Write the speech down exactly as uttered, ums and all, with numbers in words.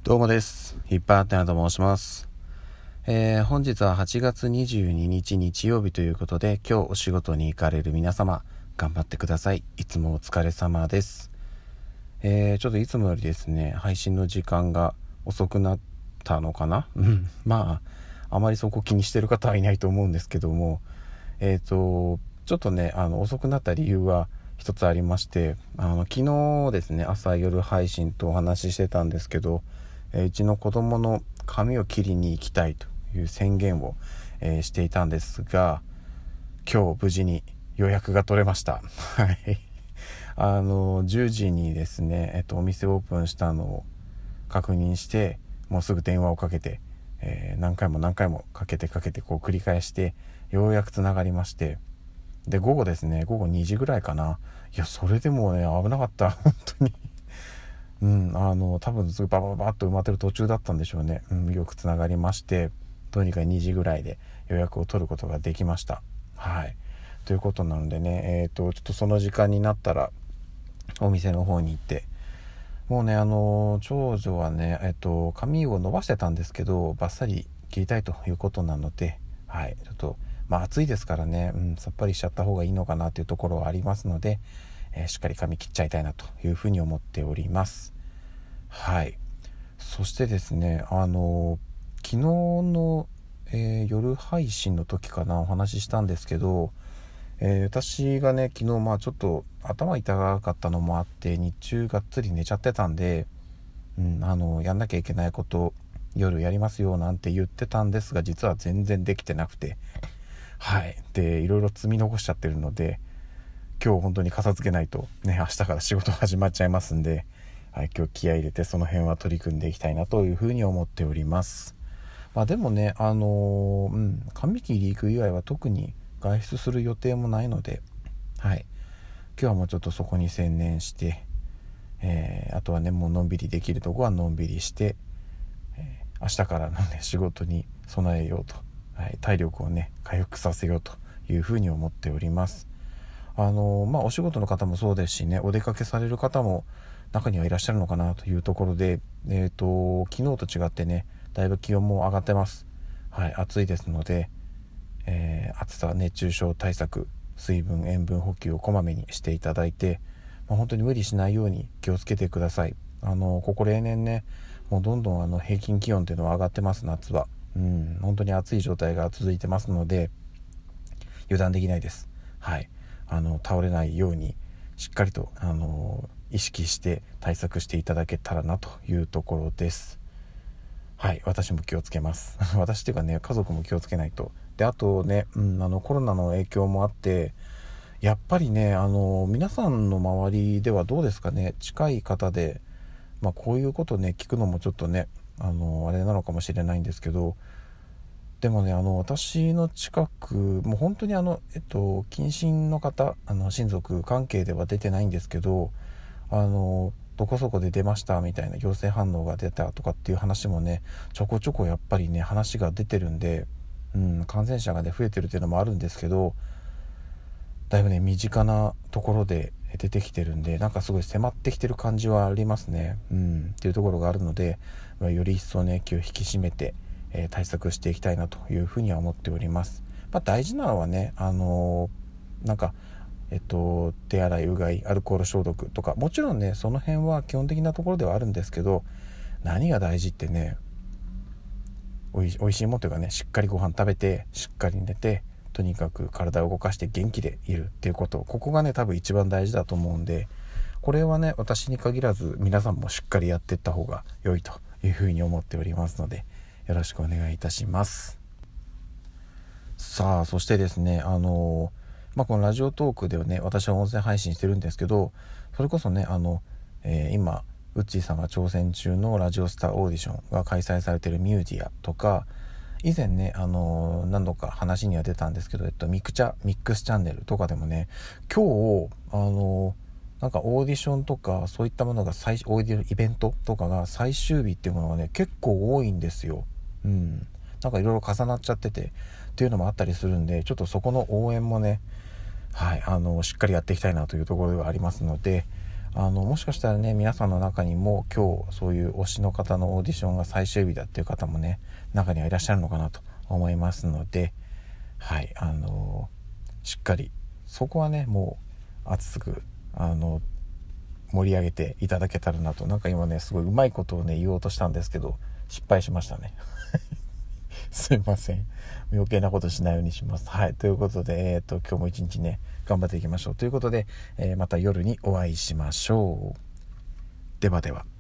どうもです。ヒッパーアンテナと申します。えー、本日ははちがつにじゅうににち日曜日ということで、今日お仕事に行かれる皆様、頑張ってください。いつもお疲れ様です。えー、ちょっといつもよりですね、配信の時間が遅くなったのかなうんまあ、あまりそこ気にしてる方はいないと思うんですけども、えーと、ちょっとね、あの遅くなった理由は一つありまして、あの昨日ですね、朝夜配信とお話ししてたんですけど、えー、うちの子供の髪を切りに行きたいという宣言を、えー、していたんですが、今日無事に予約が取れました。はい。あのじゅうじにですね、えっと、お店オープンしたのを確認して、もうすぐ電話をかけて、えー、何回も何回もかけてかけてこう繰り返して、ようやくつながりまして、で午後ですね、午後にじぐらいかな。いやそれでもね、危なかった本当に。うん、あの多分すぐバババッと埋まってる途中だったんでしょうね。うん、よくつながりまして、どうにかにじぐらいで予約を取ることができました。はい、ということなのでね、えーとちょっとその時間になったらお店の方に行って、もうね、あの長女はね、えっと髪を伸ばしてたんですけど、バッサリ切りたいということなので、はい、ちょっとまあ暑いですからね、うん、さっぱりしちゃった方がいいのかなというところはありますので、えー、しっかり髪切っちゃいたいなというふうに思っております。はい。そしてですね、あの昨日の、えー夜配信の時かな、お話ししたんですけど、えー私がね、昨日まあちょっと頭痛かったのもあって、日中がっつり寝ちゃってたんで、うん、あのやんなきゃいけないこと夜やりますよなんて言ってたんですが、実は全然できてなくて、はいでいろいろ積み残しちゃってるので、今日本当に片付けないとね、明日から仕事始まっちゃいますんで、はい、今日気合い入れてその辺は取り組んでいきたいなというふうに思っております。まあでもね、あのー、うん髪切り行く以外は特に外出する予定もないので、はい今日はもうちょっとそこに専念して、えー、あとはね、もうのんびりできるとこはのんびりして、えー、明日からのね仕事に備えようと、はい、体力をね回復させようというふうに思っております。あのまあお仕事の方もそうですしね、お出かけされる方も中にはいらっしゃるのかなというところで、えーと昨日と違ってね、だいぶ気温も上がってます。はい、暑いですので、えー暑さ熱中症対策、水分塩分補給をこまめにしていただいて、まあ、本当に無理しないように気をつけてください。あのここ例年ね、もうどんどんあの平均気温っていうのは上がってます。夏はうん本当に暑い状態が続いてますので、油断できないです。はい、あの倒れないようにしっかりとあの意識して対策していただけたらなというところです。はい、私も気をつけます私っていうかね、家族も気をつけないと。であとね、うん、あのコロナの影響もあって、やっぱりね、あの皆さんの周りではどうですかね、近い方で、まあ、こういうことね聞くのもちょっとね、あのあれなのかもしれないんですけど、でもね、あの私の近くもう本当にあのえっと近親の方、あの親族関係では出てないんですけど、あのどこそこで出ましたみたいな陽性反応が出たとかっていう話もね、ちょこちょこやっぱりね話が出てるんで、うん、感染者がね増えてるっていうのもあるんですけど、だいぶね身近なところで出てきてるんで、なんかすごい迫ってきてる感じはありますね。うんっていうところがあるので、まあ、より一層ね気を引き締めて、えー、対策していきたいなというふうには思っております。まあ、大事なのはね、あのー、なんかえっと手洗いうがい、アルコール消毒とか、もちろんねその辺は基本的なところではあるんですけど、何が大事ってね、おい、おいしいもんというかね、しっかりご飯食べてしっかり寝て、とにかく体を動かして元気でいるっていうこと、ここがね多分一番大事だと思うんで、これはね私に限らず皆さんもしっかりやっていった方が良いというふうに思っておりますので、よろしくお願いいたします。さあそしてですね、あのまあ、このラジオトークではね、私は音声配信してるんですけど、それこそね、あの、えー今ウッチーさんが挑戦中のラジオスターオーディションが開催されているミュージアとか、以前ね、あの何度か話には出たんですけど、えっと、ミクチャミックスチャンネルとかでもね、今日あのなんかオーディションとかそういったものが最オーディイベントとかが最終日っていうものがね結構多いんですよ。うんなんかいろいろ重なっちゃっててっていうのもあったりするんで、ちょっとそこの応援もね、はい、あのしっかりやっていきたいなというところではありますので、 あのもしかしたらね、皆さんの中にも今日そういう推しの方のオーディションが最終日だっていう方もね、中にはいらっしゃるのかなと思いますので、はい、あのしっかりそこはね、もう熱くあの盛り上げていただけたらなと。なんか今ね、すごいうまいことをね言おうとしたんですけど失敗しましたねすいません、余計なことしないようにします。はい、ということで、えー、と今日も一日ね頑張っていきましょうということで、えー、また夜にお会いしましょう。ではでは。